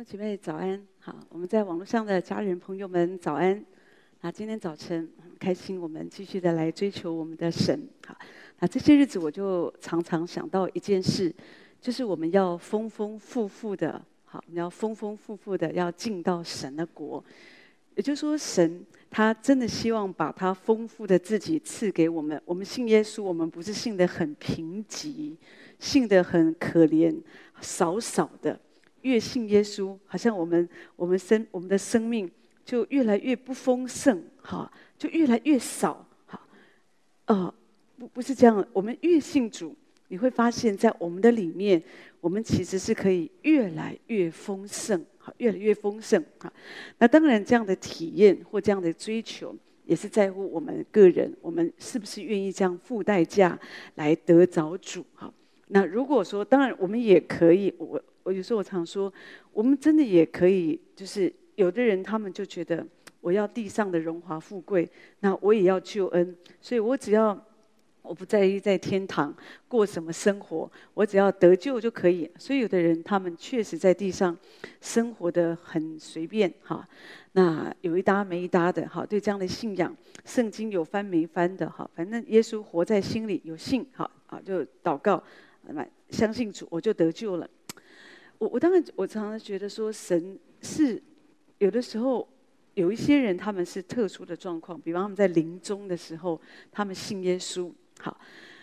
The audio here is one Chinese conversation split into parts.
兄姐妹早安，好，我们在网络上的家人朋友们早安。那今天早晨很开心，我们继续的来追求我们的神。好，那这些日子我就常常想到一件事，就是我们要丰丰富富的，好，我们要丰丰富富的要进到神的国。也就是说，神他真的希望把他丰富的自己赐给我们。我们信耶稣，我们不是信得很贫瘠，信得很可怜，少少的。越信耶稣，好像我们的生命就越来越不丰盛，哈，就越来越少，哈，不是这样。我们越信主，你会发现在我们的里面，我们其实是可以越来越丰盛，好，越来越丰盛，哈。那当然，这样的体验或这样的追求，也是在乎我们个人，我们是不是愿意这样付代价来得着主，哈。那如果说，当然我们也可以，我有时候我常说，我们真的也可以，就是有的人他们就觉得我要地上的荣华富贵，那我也要救恩，所以我不在意在天堂过什么生活，我只要得救就可以。所以有的人他们确实在地上生活得很随便，哈，那有一搭没一搭的，哈，对这样的信仰，圣经有翻没翻的，哈，反正耶稣活在心里，有信，好，就祷告，相信主，我就得救了。当然，我常常觉得说，神是有的时候有一些人，他们是特殊的状况，比方他们在临终的时候，他们信耶稣，好，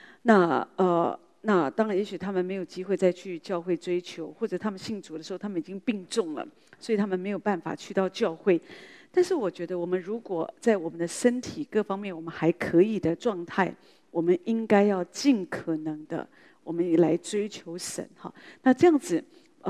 那当然，也许他们没有机会再去教会追求，或者他们信主的时候，他们已经病重了，所以他们没有办法去到教会。但是，我觉得我们如果在我们的身体各方面我们还可以的状态，我们应该要尽可能的，我们也来追求神，哈。那这样子。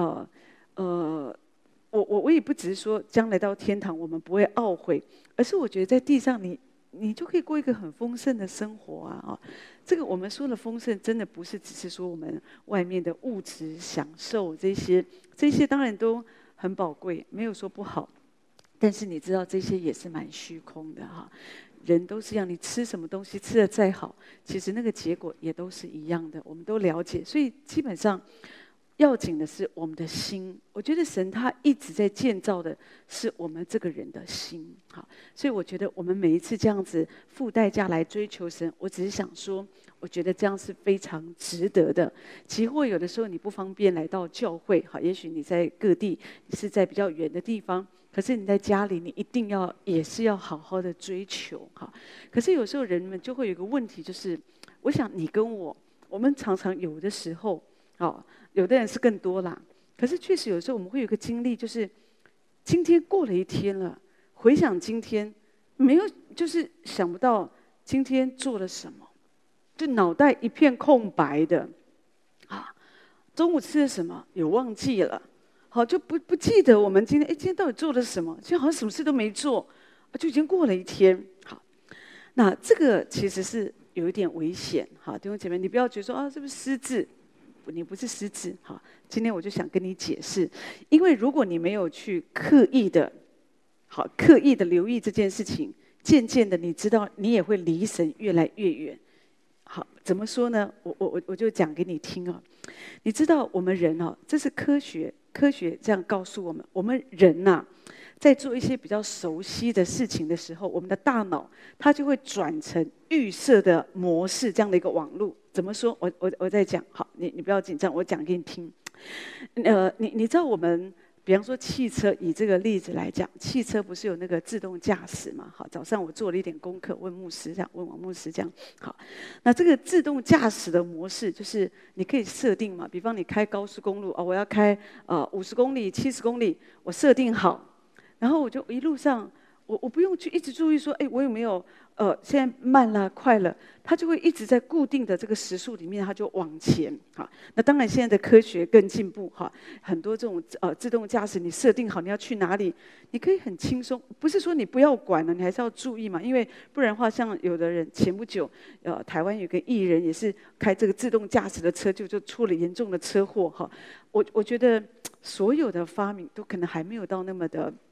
我也不只是说将来到天堂我们不会懊悔，而是我觉得在地上你就可以过一个很丰盛的生活啊！这个我们说的丰盛，真的不是只是说我们外面的物质享受这些当然都很宝贵，没有说不好，但是你知道这些也是蛮虚空的哈。人都是一样，你吃什么东西吃得再好，其实那个结果也都是一样的，我们都了解，所以基本上。要紧的是我们的心，我觉得神他一直在建造的是我们这个人的心，好，所以我觉得我们每一次这样子付代价来追求神，我只是想说，我觉得这样是非常值得的。其或有的时候你不方便来到教会，好，也许你在各地，你是在比较远的地方，可是你在家里，你一定也是要好好的追求，好。可是有时候人们就会有一个问题，就是我想你跟我们常常有的时候，好。有的人是更多啦，可是确实有时候我们会有个经历，就是今天过了一天了，回想今天，没有就是想不到今天做了什么，就脑袋一片空白的，啊，中午吃了什么有忘记了，好就不记得我们今天到底做了什么，就好像什么事都没做，就已经过了一天。好，那这个其实是有一点危险，好，弟兄姐妹，你不要觉得说啊，是不是失智？你不是失智，好，今天我就想跟你解释，因为如果你没有去刻意的留意这件事情，渐渐的你知道你也会离神越来越远。好，怎么说呢？我就讲给你听啊。你知道我们人哦，这是科学这样告诉我们，我们人呐，在做一些比较熟悉的事情的时候，我们的大脑它就会转成预设的模式，这样的一个网路。怎么说？我在讲，好，你不要紧张，我讲给你听。你知道我们，比方说汽车，以这个例子来讲，汽车不是有那个自动驾驶嘛？好，早上我做了一点功课，问王牧师这样。好，那这个自动驾驶的模式，就是你可以设定嘛，比方你开高速公路我要开50公里、70公里，我设定好，然后我就一路上。我不用去一直注意说，我有没有现在慢了快了，它就会一直在固定的这个时速里面，它就往前。好，那当然现在的科学更进步哈，很多这种自动驾驶，你设定好你要去哪里，你可以很轻松，不是说你不要管了，你还是要注意嘛，因为不然的话，像有的人前不久台湾有个艺人也是开这个自动驾驶的车，就出了严重的车祸哈。我觉得所有的发明都可能还没有到那么的。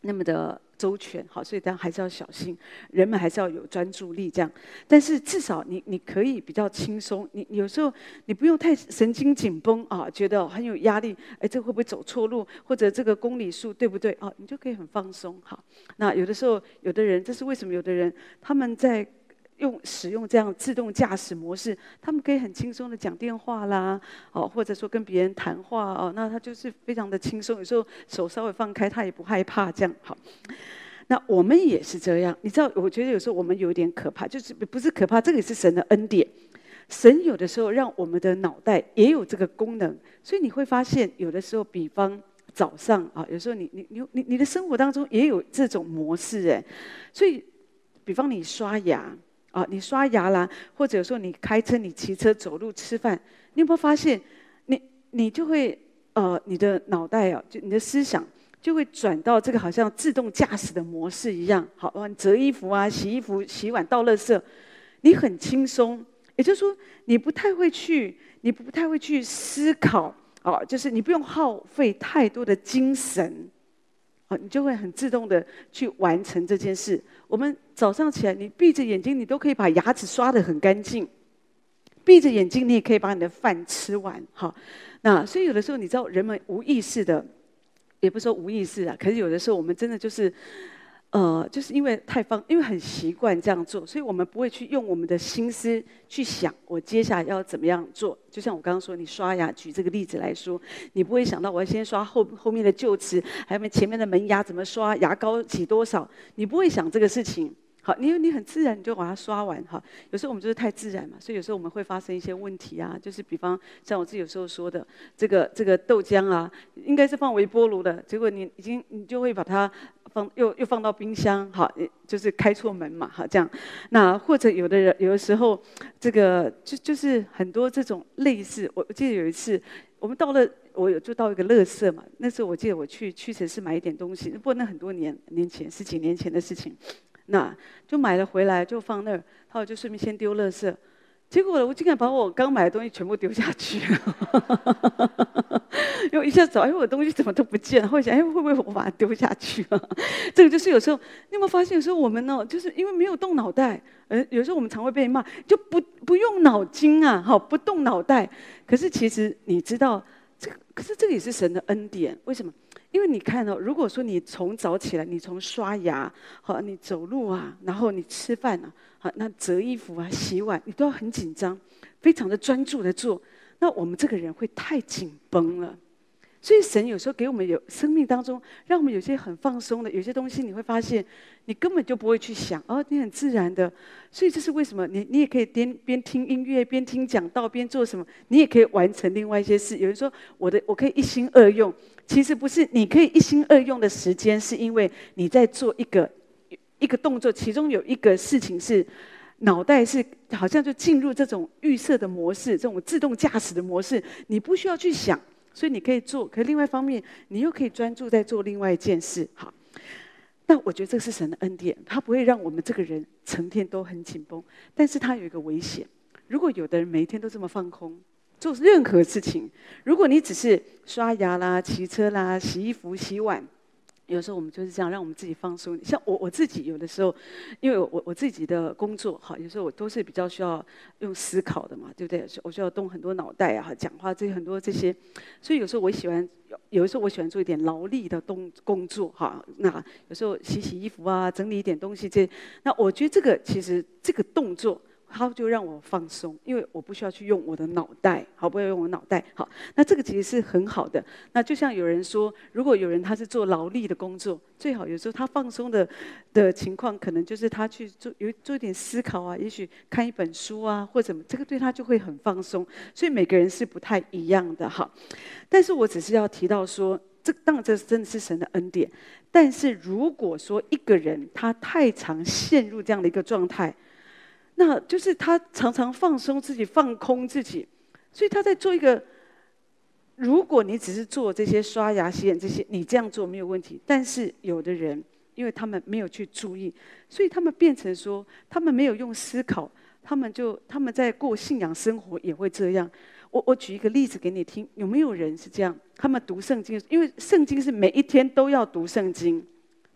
那么的周全，好，所以当然还是要小心，人们还是要有专注力这样。但是至少你可以比较轻松，你有时候你不用太神经紧绷啊，觉得很有压力，哎，这会不会走错路，或者这个公里数对不对啊？你就可以很放松。好，那有的时候有的人，这是为什么有的人他们在使用这样自动驾驶模式，他们可以很轻松的讲电话啦，哦，或者说跟别人谈话哦，那他就是非常的轻松，有时候手稍微放开，他也不害怕这样。好，那我们也是这样，你知道，我觉得有时候我们有点可怕，就是不是可怕，这个也是神的恩典。神有的时候让我们的脑袋也有这个功能，所以你会发现，有的时候，比方早上啊，有时候你的生活当中也有这种模式哎，所以，比方你刷牙。啊，你刷牙啦，或者说你开车、你骑车、走路、吃饭，你有没有发现，你就会你的脑袋啊，就你的思想就会转到这个好像自动驾驶的模式一样。好，你折衣服啊、洗衣服、洗碗、倒垃圾，你很轻松。也就是说，你不太会去思考啊，就是你不用耗费太多的精神。你就会很自动的去完成这件事。我们早上起来，你闭着眼睛，你都可以把牙齿刷得很干净；闭着眼睛，你也可以把你的饭吃完。哈，那所以有的时候，你知道，人们无意识的，也不是说无意识啊，可是有的时候，我们真的就是。就是因为因为很习惯这样做，所以我们不会去用我们的心思去想，我接下来要怎么样做。就像我刚刚说，你刷牙，举这个例子来说，你不会想到我要先刷后面的臼齿，还有前面的门牙怎么刷，牙膏挤多少，你不会想这个事情。好，你很自然你就把它刷完哈。有时候我们就是太自然嘛，所以有时候我们会发生一些问题啊，就是比方像我自己有时候说的，这个豆浆啊，应该是放微波炉的，结果你就会把它又放到冰箱，好，就是开错门嘛，好这样。那或者有的时候，这个就是很多这种类似，我记得有一次我们我就到一个垃圾嘛，那时候我记得我去屈臣氏买一点东西，不过那很多年前10几年前的事情。那就买了回来，就放那儿，然后就顺便先丢垃圾。结果我竟然把我刚买的东西全部丢下去了，因为一下子找，我的东西怎么都不见了。后来想，会不会我把它丢下去了？这个就是有时候，你有没有发现，有时候我们呢，就是因为没有动脑袋，有时候我们常会被骂，就不用脑筋啊，好，不动脑袋。可是其实你知道，可是这个也是神的恩典，为什么？因为你看哦，如果说你从早起来，你从刷牙，好，你走路啊，然后你吃饭啊，好，那折衣服啊、洗碗，你都要很紧张，非常的专注的做，那我们这个人会太紧绷了。所以神有时候给我们有生命当中，让我们有些很放松的，有些东西你会发现，你根本就不会去想，你很自然的。所以这是为什么你也可以边听音乐，边听讲道，边做什么，你也可以完成另外一些事。有人说我可以一心二用，其实不是，你可以一心二用的时间，是因为你在做一个动作，其中有一个事情是。脑袋是好像就进入这种预设的模式，这种自动驾驶的模式，你不需要去想，所以你可以做。可另外一方面，你又可以专注在做另外一件事。好，那我觉得这是神的恩典，他不会让我们这个人成天都很紧绷，但是他有一个危险：如果有的人每一天都这么放空，做任何事情，如果你只是刷牙啦、骑车啦、洗衣服、洗碗。有时候我们就是这样，让我们自己放松。像我自己有的时候，因为我自己的工作哈，有时候我都是比较需要用思考的嘛，对不对？我需要动很多脑袋啊，讲话很多这些，所以有时候有的时候我喜欢做一点劳力的工作哈。那有时候洗衣服啊，整理一点东西那我觉得其实这个动作。它就让我放松，因为我不需要去用我的脑袋，好，不要用我脑袋，好，那这个其实是很好的。那就像有人说，如果有人他是做劳力的工作，最好有时候他放松的情况，可能就是他去做一点思考啊，也许看一本书啊，或者这个对他就会很放松。所以每个人是不太一样的哈。但是我只是要提到说，当然这真的是神的恩典。但是如果说一个人他太常陷入这样的一个状态，那就是他常常放松自己、放空自己，所以他在做一个。如果你只是做这些刷牙、洗脸这些，你这样做没有问题。但是有的人，因为他们没有去注意，所以他们变成说，他们没有用思考，他们在过信仰生活也会这样。我举一个例子给你听，有没有人是这样？他们读圣经，因为圣经是每一天都要读圣经。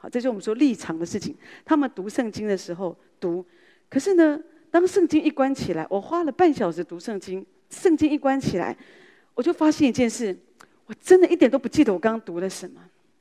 好，这就是我们说立场的事情。他们读圣经的时候读，可是呢，当圣经一关起来，我花了半小时读圣经，圣经一关起来，我就发现一件事，我真的一点都不记得我刚刚读了什么。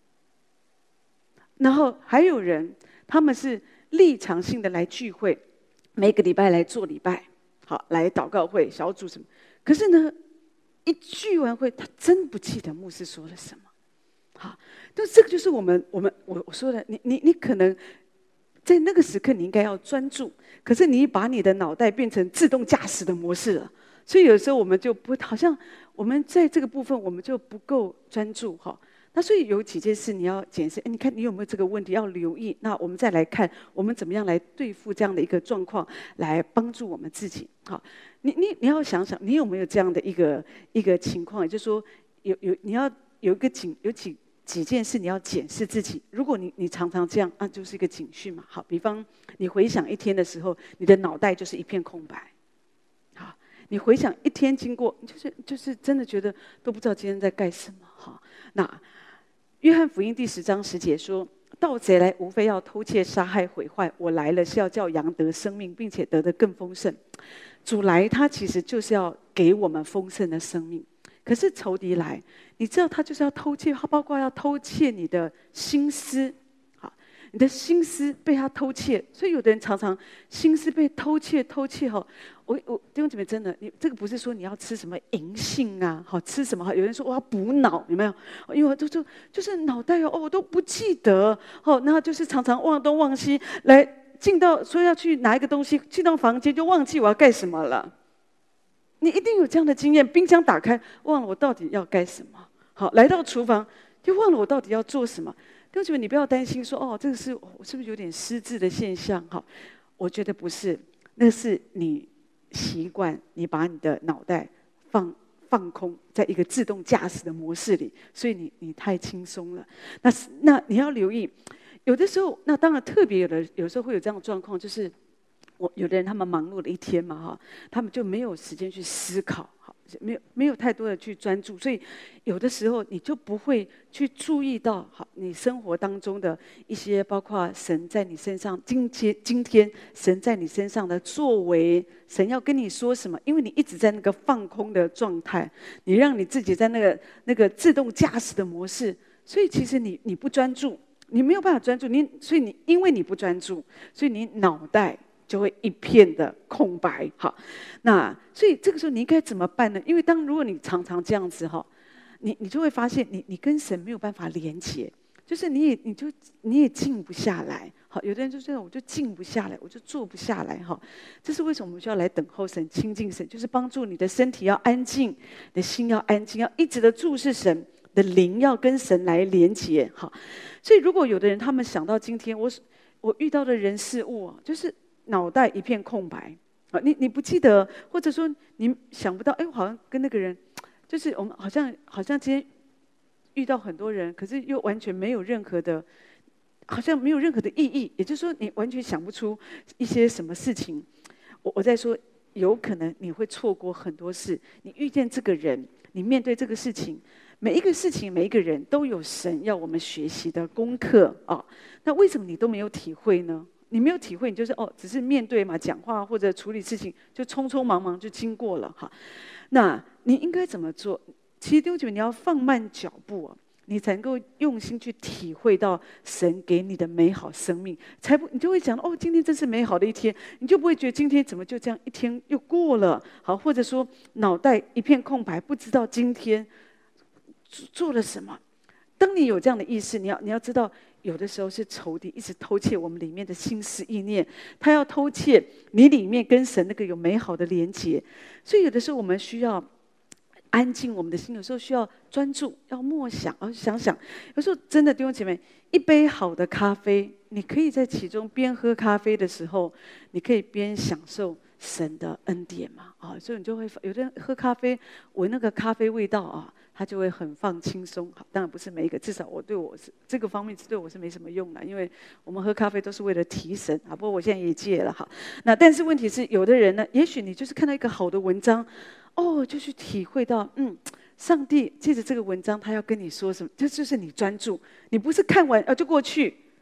然后还有人，他们是立场性的来聚会，每个礼拜来做礼拜，好，来祷告会、小组什么。可是呢，一聚完会，他真不记得牧师说了什么。好，但这个就是我说的，你可能在那个时刻你应该要专注，可是你把你的脑袋变成自动驾驶的模式了，所以有时候我们就不好像我们在这个部分我们就不够专注哈。那所以有几件事你要检视，你看你有没有这个问题要留意。那我们再来看，我们怎么样来对付这样的一个状况，来帮助我们自己。好，你要想想，你有没有这样的一个情况，也就是说，你要有几件事你要检视自己。如果你常常这样，那就是一个警讯嘛。好，比方你回想一天的时候，你的脑袋就是一片空白。好，你回想一天经过，就是真的觉得都不知道今天在干什么。好，那约翰福音第10章10节说：“盗贼来，无非要偷窃、杀害、毁坏。我来了，是要叫羊得生命，并且得的更丰盛。”主来，他其实就是要给我们丰盛的生命。可是仇敌来，你知道他就是要偷窃，他包括要偷窃你的心思。好，你的心思被他偷窃，所以有的人常常心思被偷窃哈。我弟兄姐妹，真的，你这个不是说你要吃什么银杏啊，好吃什么？有人说我要补脑，有没有？因为就是脑袋我都不记得哦，然后就是常常忘东忘西，来进到说要去拿一个东西，进到房间就忘记我要干什么了。你一定有这样的经验，冰箱打开忘了我到底要干什么，好，来到厨房就忘了我到底要做什么。弟兄姐妹，你不要担心说这个是不是有点失智的现象？好，我觉得不是，那是你习惯，你把你的脑袋放空，在一个自动驾驶的模式里，所以你太轻松了。那你要留意，有的时候，那当然特别有时候会有这样的状况，就是有的人他们忙碌了一天嘛哈，他们就没有时间去思考，好，没有太多的去专注，所以有的时候你就不会去注意到好你生活当中的一些，包括神在你身上今天神在你身上的作为，神要跟你说什么，因为你一直在那个放空的状态，你让你自己在那个自动驾驶的模式，所以其实你不专注，你没有办法专注，所以因为你不专注，所以你脑袋就会一片的空白。好，那所以这个时候你应该怎么办呢？因为如果你常常这样子哈，你就会发现你跟神没有办法连结，就是你也静不下来。好，有的人就这样，我就静不下来，我就坐不下来哈。这是为什么我们需要来等候神、亲近神，就是帮助你的身体要安静，你的心要安静，要一直的注视神。的灵要跟神来连结。好，所以如果有的人他们想到今天我遇到的人事物就是脑袋一片空白啊，你不记得，或者说你想不到，我好像跟那个人，就是我们好像今天遇到很多人，可是又完全没有任何的，好像没有任何的意义。也就是说，你完全想不出一些什么事情。我在说，有可能你会错过很多事。你遇见这个人，你面对这个事情。每一个事情，每一个人都有神要我们学习的功课啊。那为什么你都没有体会呢？你没有体会，你就是只是面对嘛，讲话或者处理事情，就匆匆忙忙就经过了哈。那你应该怎么做？其实弟兄姐妹，你要放慢脚步你才能够用心去体会到神给你的美好生命，你就会讲今天真是美好的一天，你就不会觉得今天怎么就这样一天又过了，好，或者说脑袋一片空白，不知道今天做了什么。当你有这样的意识，你要知道，有的时候是仇敌一直偷窃我们里面的心思意念，他要偷窃你里面跟神那个有美好的连结。所以有的时候我们需要安静我们的心，有时候需要专注，要默想，要想想。有时候真的弟兄姐妹，一杯好的咖啡，你可以在其中边喝咖啡的时候，你可以边享受神的恩典嘛所以你就会有的人喝咖啡，闻那个咖啡味道他就会很放轻松。好，当然不是每一个，至少对我是这个方面对我是没什么用的，因为我们喝咖啡都是为了提神不过我现在也戒了哈。那但是问题是，有的人呢，也许你就是看到一个好的文章，就去体会到上帝借着这个文章他要跟你说什么，这就是你专注，你不是看完就过去，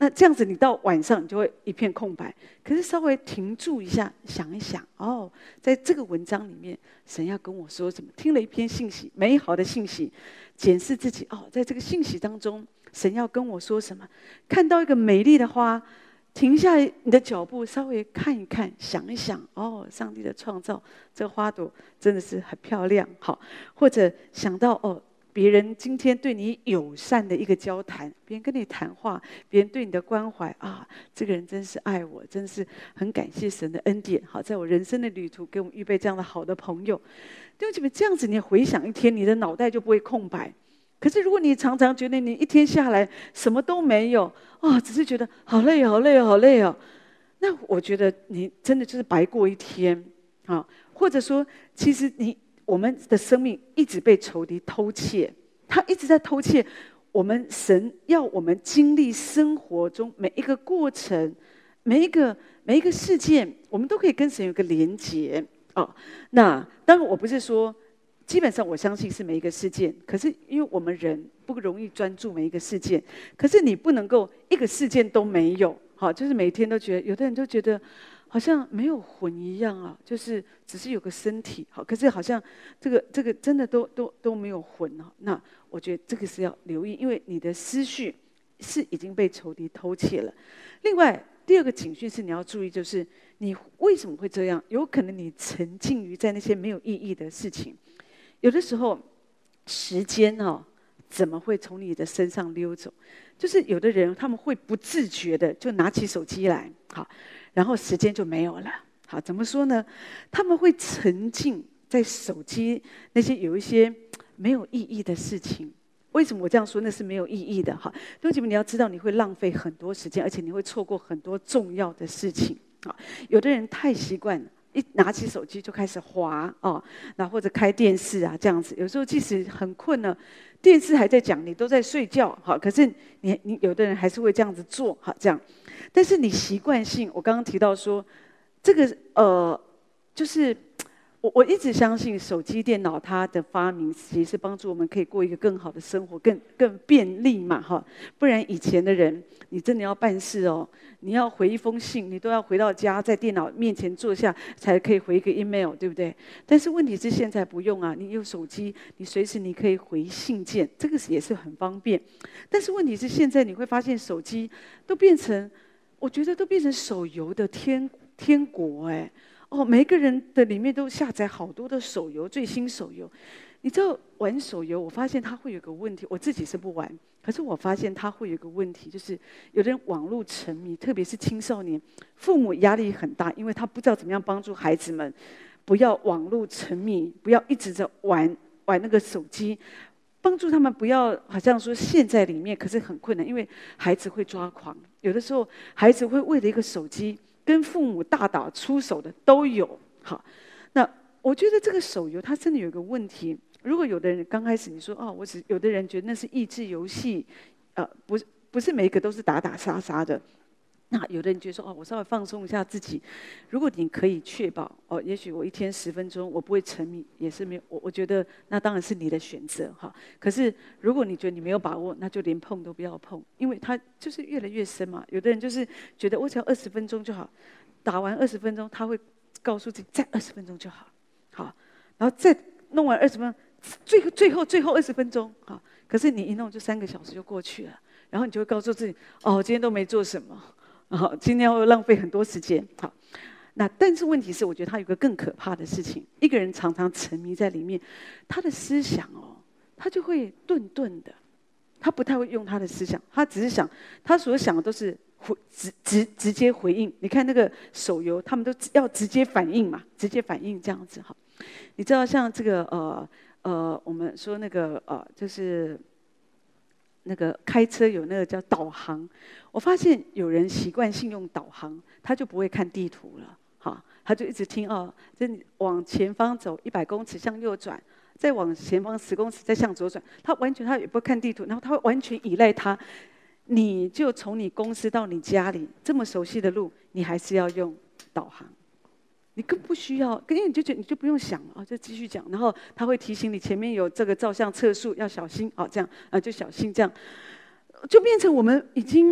那这样子，你到晚上你就会一片空白。可是稍微停住一下，想一想，哦，在这个文章里面，神要跟我说什么？听了一篇信息，美好的信息，检视自己，哦，在这个信息当中，神要跟我说什么？看到一个美丽的花，停下你的脚步，稍微看一看，想一想，哦，上帝的创造，这个花朵真的是很漂亮，好，或者想到哦。别人今天对你友善的一个交谈，别人跟你谈话，别人对你的关怀啊，这个人真是爱我，真是很感谢神的恩典。好，在我人生的旅途给我们预备这样的好的朋友，弟兄姐妹，这样子你回想一天，你的脑袋就不会空白。可是如果你常常觉得你一天下来什么都没有啊，只是觉得好累好累好累哦，那我觉得你真的就是白过一天啊，或者说其实我们的生命一直被仇敌偷窃，他一直在偷窃我们。神要我们经历生活中每一个过程，每一个事件，我们都可以跟神有个连结哦。那当然，我不是说，基本上我相信是每一个事件，可是因为我们人不容易专注每一个事件，可是你不能够一个事件都没有，好，就是每天都觉得，有的人就觉得。好像没有魂一样啊，就是只是有个身体，好，可是好像这个真的都没有魂啊。那我觉得这个是要留意，因为你的思绪是已经被仇敌偷窃了。另外，第二个警讯是你要注意，就是你为什么会这样？有可能你沉浸于在那些没有意义的事情，有的时候时间哦，怎么会从你的身上溜走？就是有的人他们会不自觉的就拿起手机来，好。然后时间就没有了。好，怎么说呢？他们会沉浸在手机那些有一些没有意义的事情。为什么我这样说？那是没有意义的。哈，弟兄姐妹，你要知道，你会浪费很多时间，而且你会错过很多重要的事情。啊，有的人太习惯了，一拿起手机就开始滑哦，那或者开电视啊，这样子。有时候即使很困了，电视还在讲，你都在睡觉。好，可是你有的人还是会这样子做。好，这样。但是你习惯性，我刚刚提到说，这个就是我一直相信手机、电脑它的发明，其实是帮助我们可以过一个更好的生活，更便利嘛，哈。不然以前的人，你真的要办事哦，你要回一封信，你都要回到家，在电脑面前坐下才可以回一个 email， 对不对？但是问题是现在不用啊，你有手机，你随时你可以回信件，这个也是很方便。但是问题是现在你会发现手机都变成。我觉得都变成手游的天国哎，哦，每一个人的里面都下载好多的手游，最新手游。你知道玩手游，我发现它会有个问题，我自己是不玩，可是我发现它会有个问题，就是有的人网络沉迷，特别是青少年，父母压力很大，因为他不知道怎么样帮助孩子们不要网络沉迷，不要一直在玩那个手机。帮助他们不要好像说陷在里面，可是很困难，因为孩子会抓狂。有的时候，孩子会为了一个手机跟父母大打出手的都有。好，那我觉得这个手游它真的有一个问题。如果有的人刚开始你说哦，有的人觉得那是益智游戏，不是每一个都是打打杀杀的。那有的人觉得说哦，我稍微放松一下自己。如果你可以确保哦，也许我一天10分钟我不会沉迷，也是没有。我觉得那当然是你的选择哈。可是如果你觉得你没有把握，那就连碰都不要碰，因为它就是越来越深嘛。有的人就是觉得我只要20分钟就好，打完20分钟他会告诉自己再20分钟就好，好，然后再弄完20分钟，最后20分钟好。可是你一弄就3个小时就过去了，然后你就会告诉自己哦，今天都没做什么。好，今天会浪费很多时间。好，那但是问题是，我觉得他有个更可怕的事情。一个人常常沉迷在里面，他的思想哦，他就会顿顿的，他不太会用他的思想，他只是想，他所想的都是直接回应。你看那个手游，他们都要直接反应嘛，直接反应这样子哈。你知道像这个我们说那个就是那个开车有那个叫导航。我发现有人习惯性用导航，他就不会看地图了，哈，他就一直听哦，这往前方走100公尺向右转，再往前方10公尺再向左转，他也不会看地图，然后他会完全依赖他。你就从你公司到你家里这么熟悉的路，你还是要用导航，你更不需要，因为你就觉得你就不用想了，就继续讲，然后他会提醒你前面有这个照相测速要小心，哦，这样就小心这样，就变成我们已经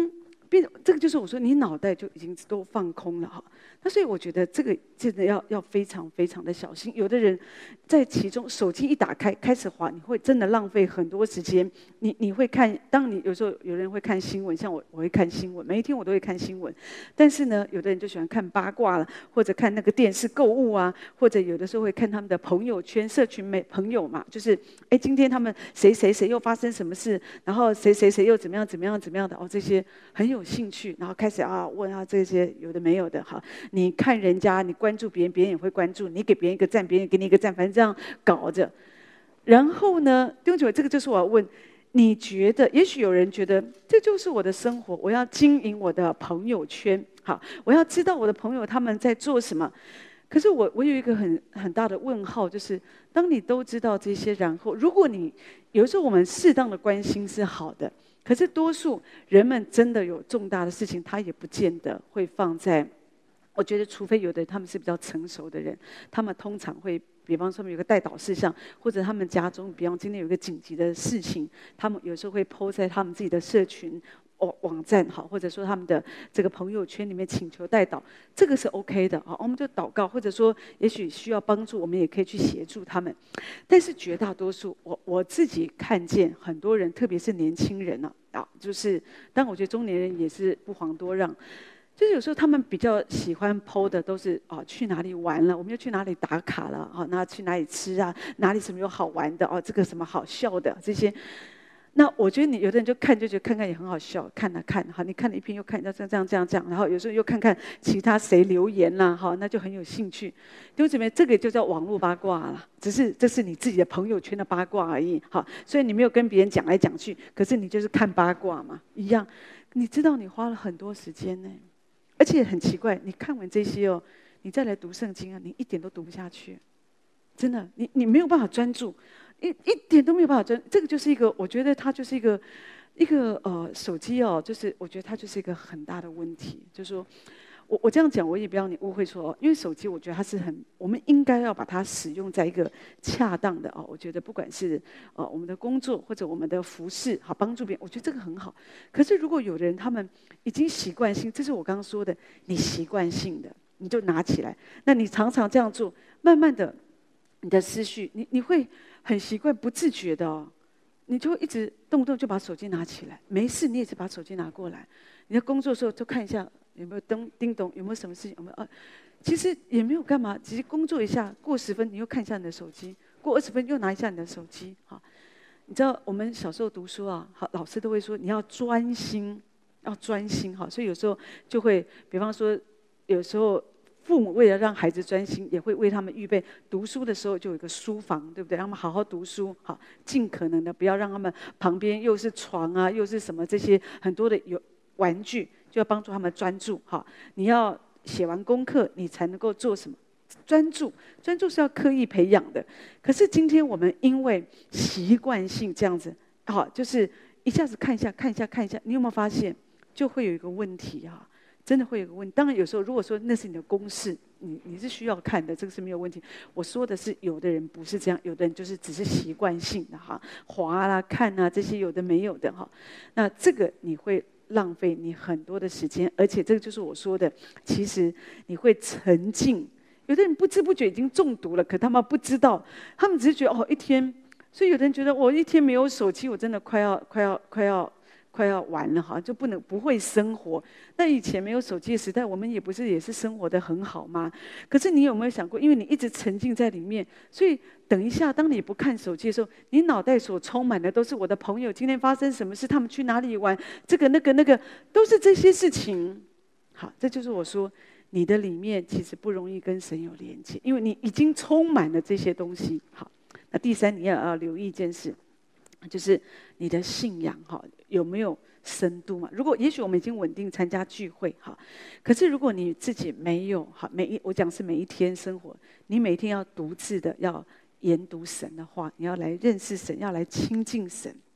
这个就是我说你脑袋就已经都放空了哈。那所以我觉得这个真的要非常非常的小心。有的人在其中手机一打开开始滑，你会真的浪费很多时间。你会看，当你有时候有人会看新闻，像我会看新闻，每一天我都会看新闻。但是呢，有的人就喜欢看八卦了，或者看那个电视购物啊，或者有的时候会看他们的朋友圈、社群朋友嘛，就是今天他们谁谁谁又发生什么事，然后谁谁谁又怎么样怎么样怎么样的哦，这些很有兴趣，然后开始问这些有的没有的哈。你看人家，你关注别人，别人也会关注你，给别人一个赞，别人给你一个赞，反正这样搞着。然后呢，弟兄姐妹，这个就是我要问，你觉得？也许有人觉得这就是我的生活，我要经营我的朋友圈，好，我要知道我的朋友他们在做什么。可是我有一个很大的问号，就是当你都知道这些，然后如果你有时候我们适当的关心是好的，可是多数人们真的有重大的事情，他也不见得会放在。我觉得，除非有的他们是比较成熟的人，他们通常会，比方说他们有个代祷事项，或者他们家中，比方今天有一个紧急的事情，他们有时候会 po 在他们自己的社群网站好，或者说他们的这个朋友圈里面请求代祷，这个是 OK 的啊，我们就祷告，或者说也许需要帮助，我们也可以去协助他们。但是绝大多数，我自己看见很多人，特别是年轻人就是当然我觉得中年人也是不遑多让。就是有时候他们比较喜欢 po 的都是去哪里玩了，我们又去哪里打卡了那去哪里吃啊，哪里什么有好玩的这个什么好笑的这些。那我觉得你有的人就看就觉得看看也很好笑，看了看好，你看了一篇又看这样，然后有时候又看看其他谁留言啦那就很有兴趣。弟兄姊妹，这个就叫网络八卦了，只是这是你自己的朋友圈的八卦而已所以你没有跟别人讲来讲去，可是你就是看八卦嘛一样。你知道你花了很多时间呢。而且很奇怪，你看完这些你再来读圣经你一点都读不下去，真的，你没有办法专注，一点都没有办法专。这个就是一个，我觉得它就是一个手机就是我觉得它就是一个很大的问题。就是说，我这样讲，我也不要你误会说因为手机，我觉得它是我们应该要把它使用在一个恰当的我觉得不管是我们的工作或者我们的服饰帮助别人，我觉得这个很好。可是如果有的人他们已经习惯性，这是我刚刚说的，你习惯性的你就拿起来，那你常常这样做，慢慢的你的思绪你会很习惯，不自觉的你就会一直动不动就把手机拿起来，没事你也是把手机拿过来，你在工作的时候就看一下有没有叮咚，有没有什么事情，有没有其实也没有干嘛，只是工作一下，过10分你又看一下你的手机，过20分又拿一下你的手机你知道我们小时候读书老师都会说你要专心，要专心所以有时候就会，比方说有时候父母为了让孩子专心，也会为他们预备读书的时候就有一个书房，对不对？让他们好好读书尽可能的不要让他们旁边又是床又是什么这些很多的有玩具，就要帮助他们专注你要写完功课，你才能够做什么？专注是要刻意培养的。可是今天我们因为习惯性这样子就是一下子看一下，你有没有发现就会有一个问题真的会有一个问题。当然有时候如果说那是你的公事，你是需要看的，这个是没有问题。我说的是有的人不是这样，有的人就是只是习惯性的滑啦看这些有的没有的那这个你会浪费你很多的时间，而且这个就是我说的，其实你会沉浸。有的人不知不觉已经中毒了，可他们不知道，他们只是觉得一天。所以有的人觉得我一天没有手机，我真的快要完了就不会生活。但以前没有手机的时代，我们也是生活得很好吗？可是你有没有想过，因为你一直沉浸在里面，所以等一下，当你不看手机的时候，你脑袋所充满的都是我的朋友今天发生什么事，他们去哪里玩，这个那个，都是这些事情。好，这就是我说。你的里面其实不容易跟神有连接，因为你已经充满了这些东西。好，那第三你要留意一件事，就是你的信仰有没有深度嘛？如果也许我们已经稳定参加聚会可是如果你自己没有我讲是每一天生活，你每天要独自的要研读神的话，你要来认识神，要来亲近神。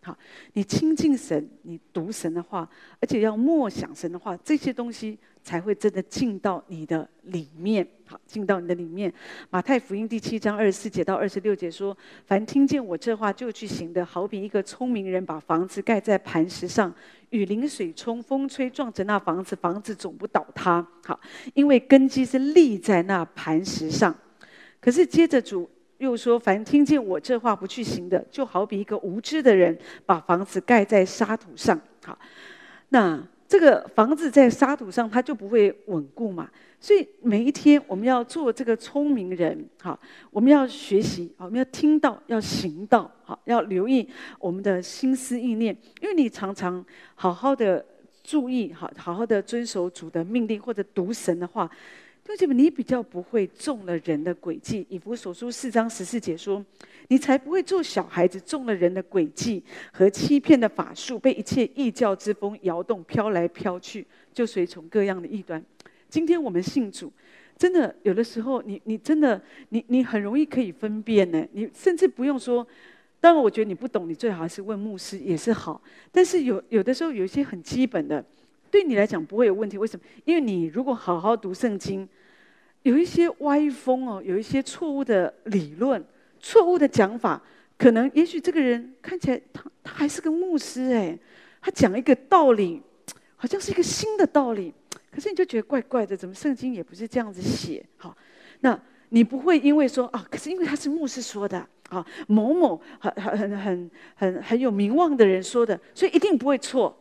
好，你亲近神，你读神的话，而且要默想神的话，这些东西才会真的进到你的里面。好，进到你的里面。马太福音第7章24节到26节说：“凡听见我这话就去行的，好比一个聪明人把房子盖在磐石上，雨淋水冲，风吹撞着那房子，房子总不倒塌。好，因为根基是立在那磐石上。可是接着主又说：凡听见我这话不去行的，就好比一个无知的人把房子盖在沙土上。好，那这个房子在沙土上，它就不会稳固嘛。所以每一天我们要做这个聪明人，好，我们要学习，好，我们要听到，要行道，好，要留意我们的心思意念，因为你常常好好的注意，好好的遵守主的命令或者读神的话。弟兄姐妹，你比较不会中了人的诡计。以弗所书4章14节说：“你才不会做小孩子，中了人的诡计和欺骗的法术，被一切异教之风摇动，飘来飘去，就随从各样的异端。”今天我们信主，真的有的时候你真的你很容易可以分辨呢。你甚至不用说，当然我觉得你不懂，你最好还是问牧师也是好。但是有的时候有一些很基本的。对你来讲不会有问题，为什么？因为你如果好好读圣经，有一些歪风哦，有一些错误的理论、错误的讲法，可能也许这个人看起来他还是个牧师哎，他讲一个道理，好像是一个新的道理，可是你就觉得怪怪的，怎么圣经也不是这样子写？好，那你不会因为说啊，可是因为他是牧师说的啊，某某很有名望的人说的，所以一定不会错。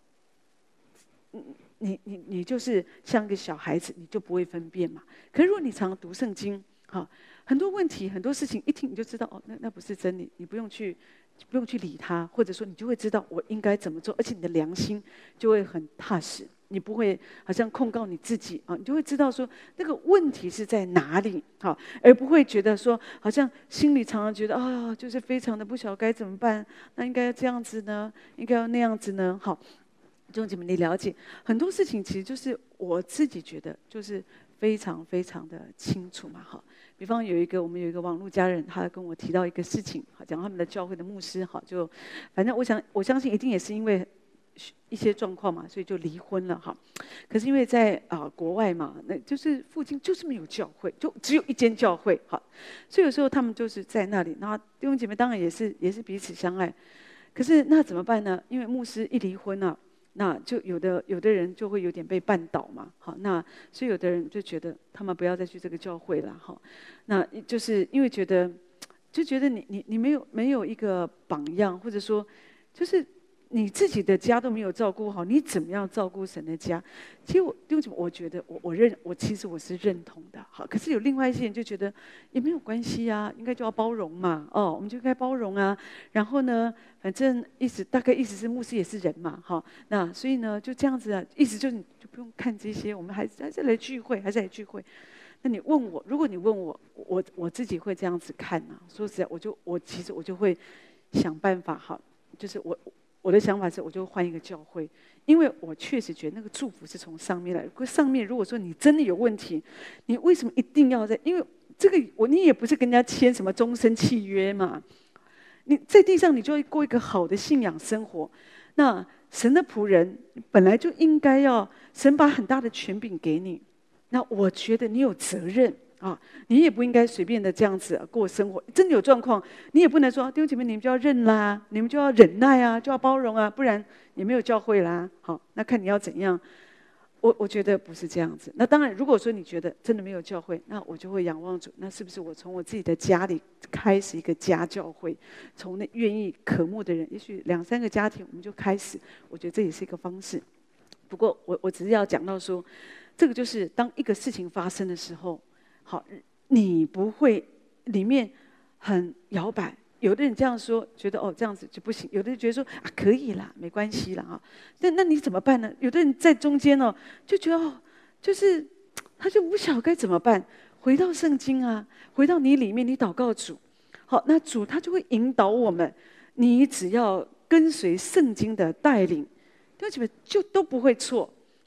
你就是像个小孩子，你就不会分辨嘛。可是如果你常读圣经，哈，很多问题、很多事情一听你就知道，哦，那不是真理，你不用去理他，或者说你就会知道我应该怎么做，而且你的良心就会很踏实，你不会好像控告你自己啊，你就会知道说那个问题是在哪里，好，而不会觉得说好像心里常常觉得啊，就是非常的不晓得该怎么办，那应该要这样子呢，应该要那样子呢，好。弟兄姐妹，你了解很多事情，其实就是我自己觉得就是非常非常的清楚嘛，哈。比方我们有一个网络家人，他跟我提到一个事情，好，讲他们的教会的牧师，好，就反正我相信一定也是因为一些状况嘛，所以就离婚了，哈。可是因为在国外嘛，那就是附近就是没有教会，就只有一间教会，好，所以有时候他们就是在那里，然后弟兄姐妹当然也是彼此相爱，可是那怎么办呢？因为牧师一离婚啊。那就有的人就会有点被绊倒嘛，好，那所以有的人就觉得他们不要再去这个教会了，哈，那就是因为觉得你没有一个榜样，或者说就是你自己的家都没有照顾好，你怎么样照顾神的家？其实我觉得其实我是认同的，好，可是有另外一些人就觉得也没有关系啊，应该就要包容嘛，哦，我们就应该包容啊。然后呢，反正大概意思是牧师也是人嘛，好，那所以呢就这样子啊，意思就是你就不用看这些，我们还是来聚会，还是来聚会。那你问我，如果你问我自己会这样子看啊，说实在，其实我就会想办法，好，就是我的想法是，我就换一个教会，因为我确实觉得那个祝福是从上面来。上面如果说你真的有问题，你为什么一定要在？因为这个你也不是跟人家签什么终身契约嘛。你在地上，你就要过一个好的信仰生活。那神的仆人本来就应该要神把很大的权柄给你，那我觉得你有责任。啊，你也不应该随便的这样子过生活。真的有状况，你也不能说弟兄姐妹，你们就要认啦，你们就要忍耐啊，就要包容啊，不然也没有教会啦。好，那看你要怎样。我觉得不是这样子。那当然，如果说你觉得真的没有教会，那我就会仰望主。那是不是我从我自己的家里开始一个家教会，从那愿意渴慕的人，也许2、3个家庭，我们就开始。我觉得这也是一个方式。不过我只是要讲到说，这个就是当一个事情发生的时候。好，你不会里面很摇摆。有的人这样说，觉得哦这样子就不行；有的人觉得说啊可以啦，没关系啦啊。那你怎么办呢？有的人在中间哦，就觉得哦，就是他就不晓得该怎么办。回到圣经啊，回到你里面，你祷告主。好，那主他就会引导我们。你只要跟随圣经的带领，弟兄姐妹就都不会错。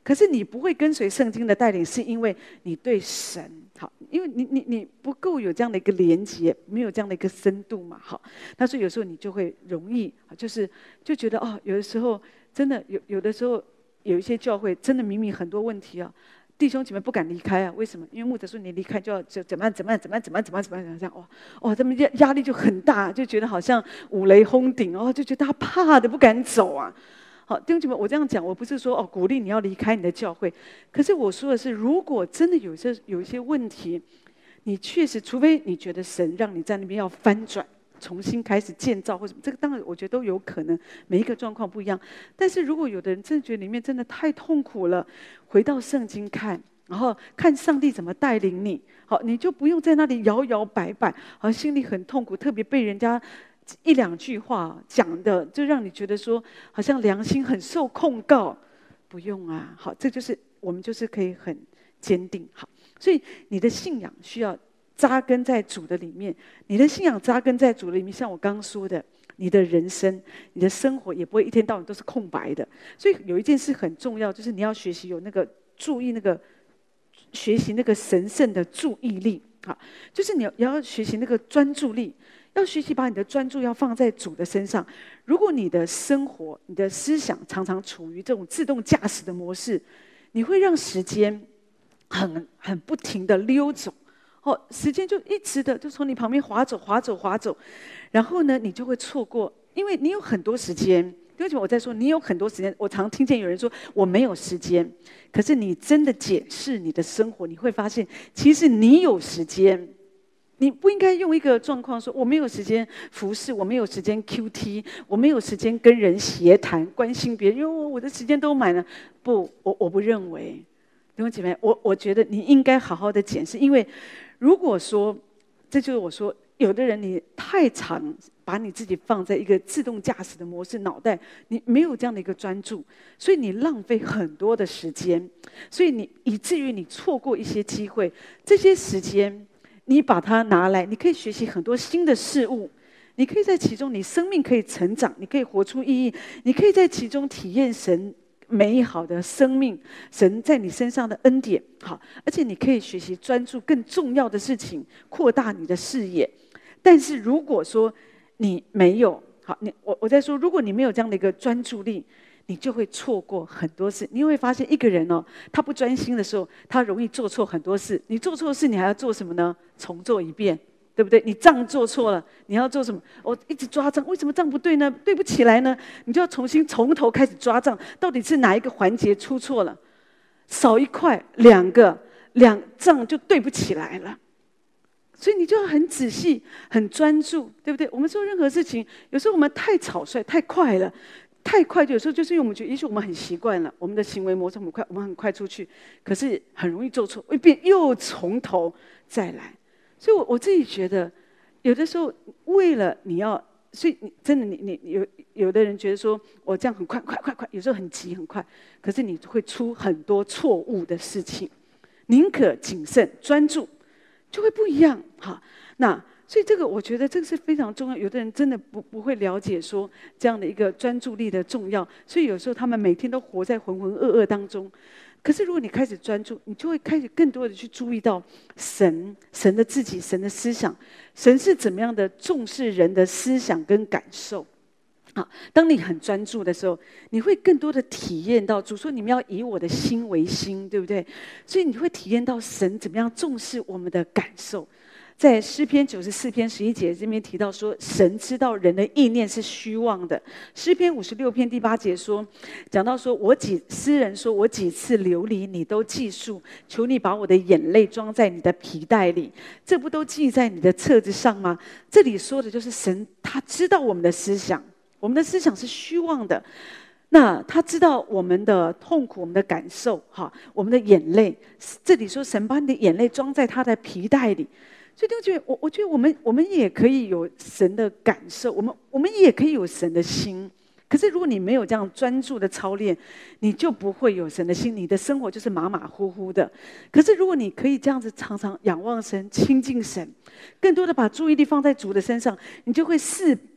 可是你不会跟随圣经的带领，是因为你对神好，因为你不够有这样的一个连结，没有这样的一个深度嘛，好，那所以有时候你就会容易就觉得有的时候真的有的时候有一些教会真的明明很多问题啊。弟兄姐妹不敢离开啊？为什么？因为牧者说你离开就要怎么样这样他们压力就很大，就觉得好像五雷轰顶就觉得他怕的不敢走啊。好，弟兄姐妹，我这样讲，我不是说鼓励你要离开你的教会，可是我说的是，如果真的有一些问题，你确实，除非你觉得神让你在那边要翻转。重新开始建造或什么，这个当然我觉得都有可能，每一个状况不一样。但是如果有的人真的觉得里面真的太痛苦了，回到圣经看，然后看上帝怎么带领你，好，你就不用在那里摇摇摆摆，好像心里很痛苦，特别被人家一两句话讲的，就让你觉得说好像良心很受控告。不用啊，好，这就是我们就是可以很坚定，好，所以你的信仰需要扎根在主的里面，你的信仰扎根在主的里面，像我刚刚说的，你的人生、你的生活也不会一天到晚都是空白的。所以有一件事很重要，就是你要学习有那个注意学习那个神圣的注意力啊，就是你要学习那个专注力，要学习把你的专注要放在主的身上。如果你的生活、你的思想常常处于这种自动驾驶的模式，你会让时间很不停的溜走。时间就一直的就从你旁边滑走，然后呢，你就会错过，因为你有很多时间。为什么我在说你有很多时间？我常听见有人说我没有时间，可是你真的检视你的生活，你会发现，其实你有时间。你不应该用一个状况说我没有时间服侍，我没有时间 QT， 我没有时间跟人协谈、关心别人，因为我的时间都满了。不，我不认为，弟兄姐妹，我觉得你应该好好的检视，因为。如果说，这就是我说，有的人你太常把你自己放在一个自动驾驶的模式，脑袋你没有这样的一个专注，所以你浪费很多的时间，所以以至于你错过一些机会。这些时间你把它拿来，你可以学习很多新的事物，你可以在其中，你生命可以成长，你可以活出意义，你可以在其中体验神。美好的生命，神在你身上的恩典，好，而且你可以学习专注更重要的事情，扩大你的视野。但是如果说你没有，好，我在说，如果你没有这样的一个专注力，你就会错过很多事。你会发现，一个人他不专心的时候，他容易做错很多事。你做错事，你还要做什么呢？重做一遍。对不对？你账做错了，你要做什么？我一直抓账，为什么账不对呢？对不起来呢？你就要从头开始抓账，到底是哪一个环节出错了？少一块，两账就对不起来了。所以你就要很仔细、很专注，对不对？我们做任何事情，有时候我们太草率、太快了，太快有时候就是因为我们觉得，也许我们很习惯了，我们的行为模式很快，我们很快出去，可是很容易做错，又从头再来。所以我自己觉得，有的时候为了你要，所以你真的你有的人觉得说我这样很快，有时候很急很快，可是你会出很多错误的事情。宁可谨慎专注，就会不一样。好，那所以这个我觉得这个是非常重要。有的人真的不会了解说这样的一个专注力的重要，所以有时候他们每天都活在浑浑噩噩当中。可是如果你开始专注，你就会开始更多的去注意到神的自己，神的思想，神是怎么样的重视人的思想跟感受。好，当你很专注的时候，你会更多的体验到主说你们要以我的心为心，对不对？所以你会体验到神怎么样重视我们的感受。在诗篇94篇11节这边提到说，神知道人的意念是虚妄的。诗篇56篇第8节说，讲到说诗人说我几次流离你都记述，求你把我的眼泪装在你的皮带里，这不都记在你的册子上吗？这里说的就是神他知道我们的思想，我们的思想是虚妄的。那他知道我们的痛苦，我们的感受，我们的眼泪。这里说神把你的眼泪装在他的皮带里。所以，我觉得我们也可以有神的感受，我们也可以有神的心。可是，如果你没有这样专注的操练，你就不会有神的心，你的生活就是马马虎虎的。可是，如果你可以这样子常常仰望神、亲近神，更多的把注意力放在主的身上，你就会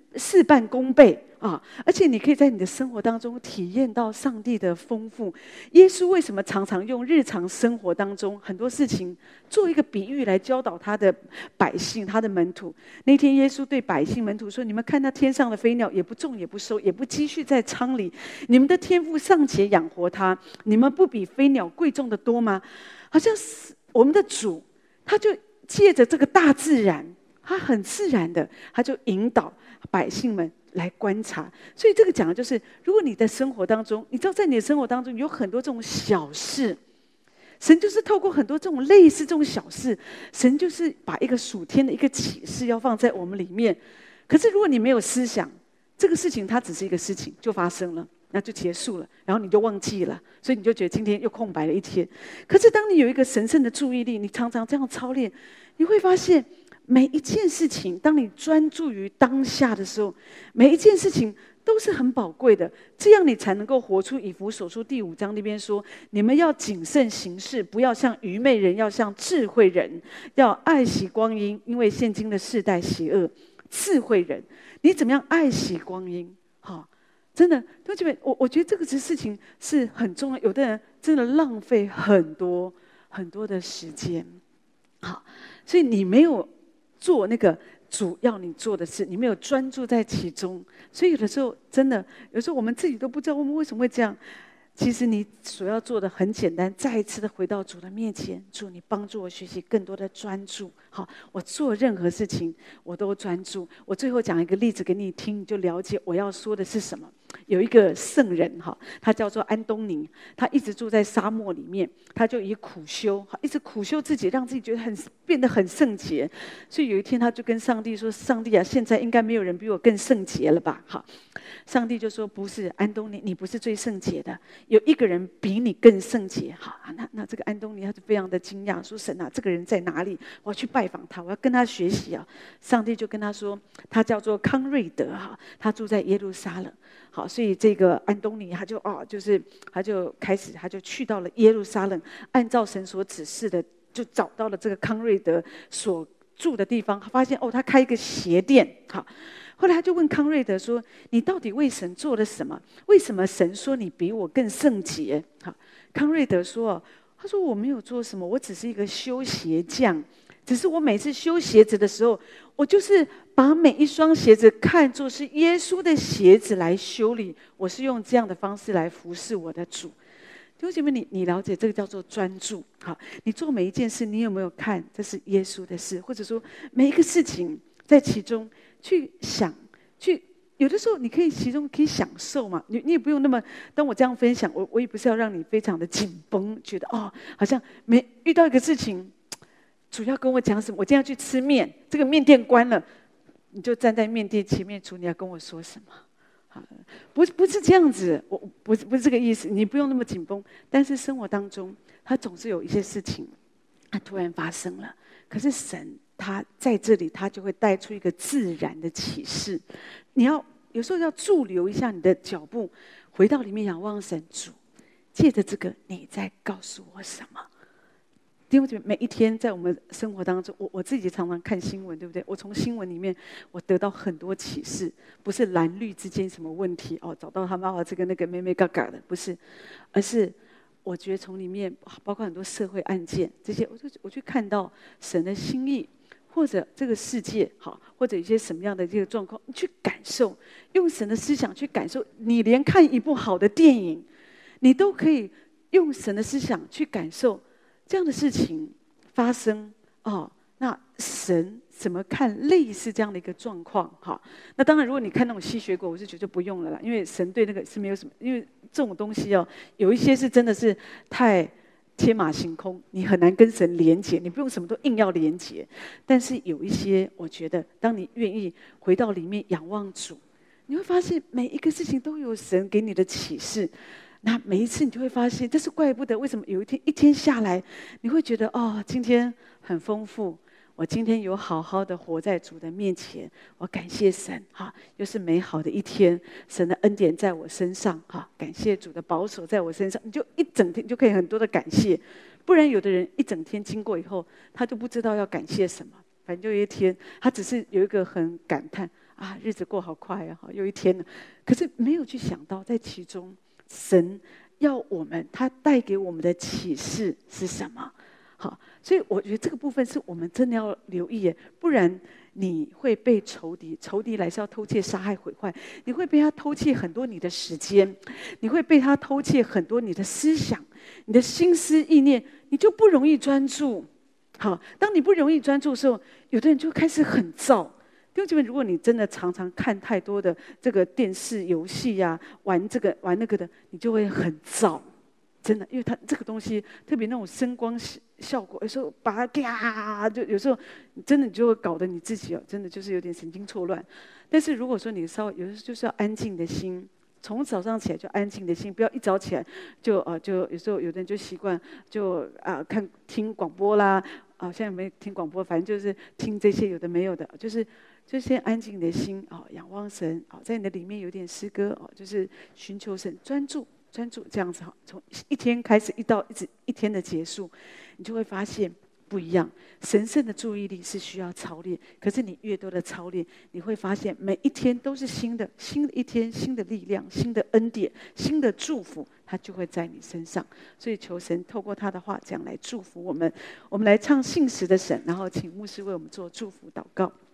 事半功倍啊！而且你可以在你的生活当中体验到上帝的丰富。耶稣为什么常常用日常生活当中很多事情做一个比喻来教导他的百姓、他的门徒？那天耶稣对百姓门徒说：“你们看那天上的飞鸟，也不种，也不收，也不积蓄在仓里，你们的天父尚且养活它，你们不比飞鸟贵重的多吗？”好像是我们的主，他就借着这个大自然，他很自然的，他就引导百姓们来观察。所以这个讲的就是，如果你在生活当中，你知道在你的生活当中有很多这种小事，神就是透过很多这种类似这种小事，神就是把一个属天的一个启示要放在我们里面。可是如果你没有思想，这个事情它只是一个事情就发生了，那就结束了，然后你就忘记了，所以你就觉得今天又空白了一天。可是当你有一个神圣的注意力，你常常这样操练，你会发现每一件事情，当你专注于当下的时候，每一件事情都是很宝贵的。这样你才能够活出以弗所书第5章那边说：你们要谨慎行事，不要像愚昧人，要像智慧人，要爱惜光阴，因为现今的世代邪恶。智慧人，你怎么样爱惜光阴？好，真的，同学们，我觉得这个事情是很重要。有的人真的浪费很多很多的时间，好，所以你没有做那个主要你做的事，你没有专注在其中，所以有的时候真的，有时候我们自己都不知道我们为什么会这样。其实你所要做的很简单，再一次的回到主的面前，主，你帮助我学习更多的专注。好，我做任何事情我都专注。我最后讲一个例子给你听，你就了解我要说的是什么。有一个圣人哈，他叫做安东尼，他一直住在沙漠里面，他就以苦修，一直苦修自己，让自己觉得变得很圣洁。所以有一天他就跟上帝说：“上帝啊，现在应该没有人比我更圣洁了吧？”好，上帝就说：“不是，安东尼，你不是最圣洁的，有一个人比你更圣洁。”好，那这个安东尼他就非常的惊讶，说：“神啊，这个人在哪里？我要去拜访他，我要跟他学习啊！”上帝就跟他说：“他叫做康瑞德哈，他住在耶路撒冷。”好，所以这个安东尼他就他就去到了耶路撒冷，按照神所指示的，就找到了这个康瑞德所住的地方，发现他开一个鞋店。好，后来他就问康瑞德说：“你到底为神做了什么？为什么神说你比我更圣洁？”好，康瑞德说：“他说我没有做什么，我只是一个修鞋匠。只是我每次修鞋子的时候，我就是把每一双鞋子看作是耶稣的鞋子来修理。我是用这样的方式来服侍我的主。”弟兄姐妹，你了解这个叫做专注。好，你做每一件事，你有没有看这是耶稣的事？或者说每一个事情在其中去想，有的时候你可以其中可以享受嘛。你也不用那么，当我这样分享，我也不是要让你非常的紧绷，觉得好像没遇到一个事情。主要跟我讲什么？我今天要去吃面，这个面店关了，你就站在面店前面，主，你要跟我说什么？不是这样子，我不是这个意思，你不用那么紧绷。但是生活当中，它总是有一些事情，它突然发生了。可是神他在这里，他就会带出一个自然的启示。你要有时候要驻留一下你的脚步，回到里面仰望神，主，借着这个，你在告诉我什么？弟兄姐妹，每一天在我们生活当中，我自己常常看新闻，对不对？我从新闻里面我得到很多启示，不是蓝绿之间什么问题找到他们这个那个妹妹嘎嘎的，不是，而是我觉得从里面包括很多社会案件这些，我去看到神的心意，或者这个世界或者一些什么样的这个状况，你去感受，用神的思想去感受。你连看一部好的电影，你都可以用神的思想去感受。这样的事情发生那神怎么看类似这样的一个状况？那当然，如果你看那种吸血鬼，我是觉得就不用了啦，因为神对那个是没有什么，因为这种东西有一些是真的是太天马行空，你很难跟神连结，你不用什么都硬要连结。但是有一些，我觉得当你愿意回到里面仰望主，你会发现每一个事情都有神给你的启示。那每一次你就会发现，这是怪不得为什么有一天下来，你会觉得今天很丰富，我今天有好好的活在主的面前，我感谢神又是美好的一天，神的恩典在我身上感谢主的保守在我身上，你就一整天就可以很多的感谢。不然有的人一整天经过以后，他就不知道要感谢什么，反正就有一天他只是有一个很感叹啊，日子过好快啊，又一天了。可是没有去想到，在其中，神要我们，他带给我们的启示是什么？好，所以我觉得这个部分是我们真的要留意耶，不然你会被仇敌来是要偷窃、杀害、毁坏，你会被他偷窃很多你的时间，你会被他偷窃很多你的思想、你的心思意念，你就不容易专注。好，当你不容易专注的时候，有的人就开始很躁。弟兄姐妹，如果你真的常常看太多的这个电视游戏呀、玩这个玩那个的，你就会很躁。真的，因为它这个东西，特别那种声光效果，有时候把它嘎，就有时候真的你就会搞得你自己哦，真的就是有点神经错乱。但是如果说你稍微有的时候就是要安静的心，从早上起来就安静的心，不要一早起来就有时候有的人就习惯就听广播啦现在没听广播，反正就是听这些有的没有的，就是先安静的心仰望神在你的里面有点诗歌就是寻求神专注这样子从一天开始一直一天的结束，你就会发现不一样。神圣的注意力是需要操练，可是你越多的操练，你会发现每一天都是新的一天，新的力量、新的恩典、新的祝福，它就会在你身上。所以求神透过他的话讲来祝福我们。我们来唱信实的神，然后请牧师为我们做祝福祷告。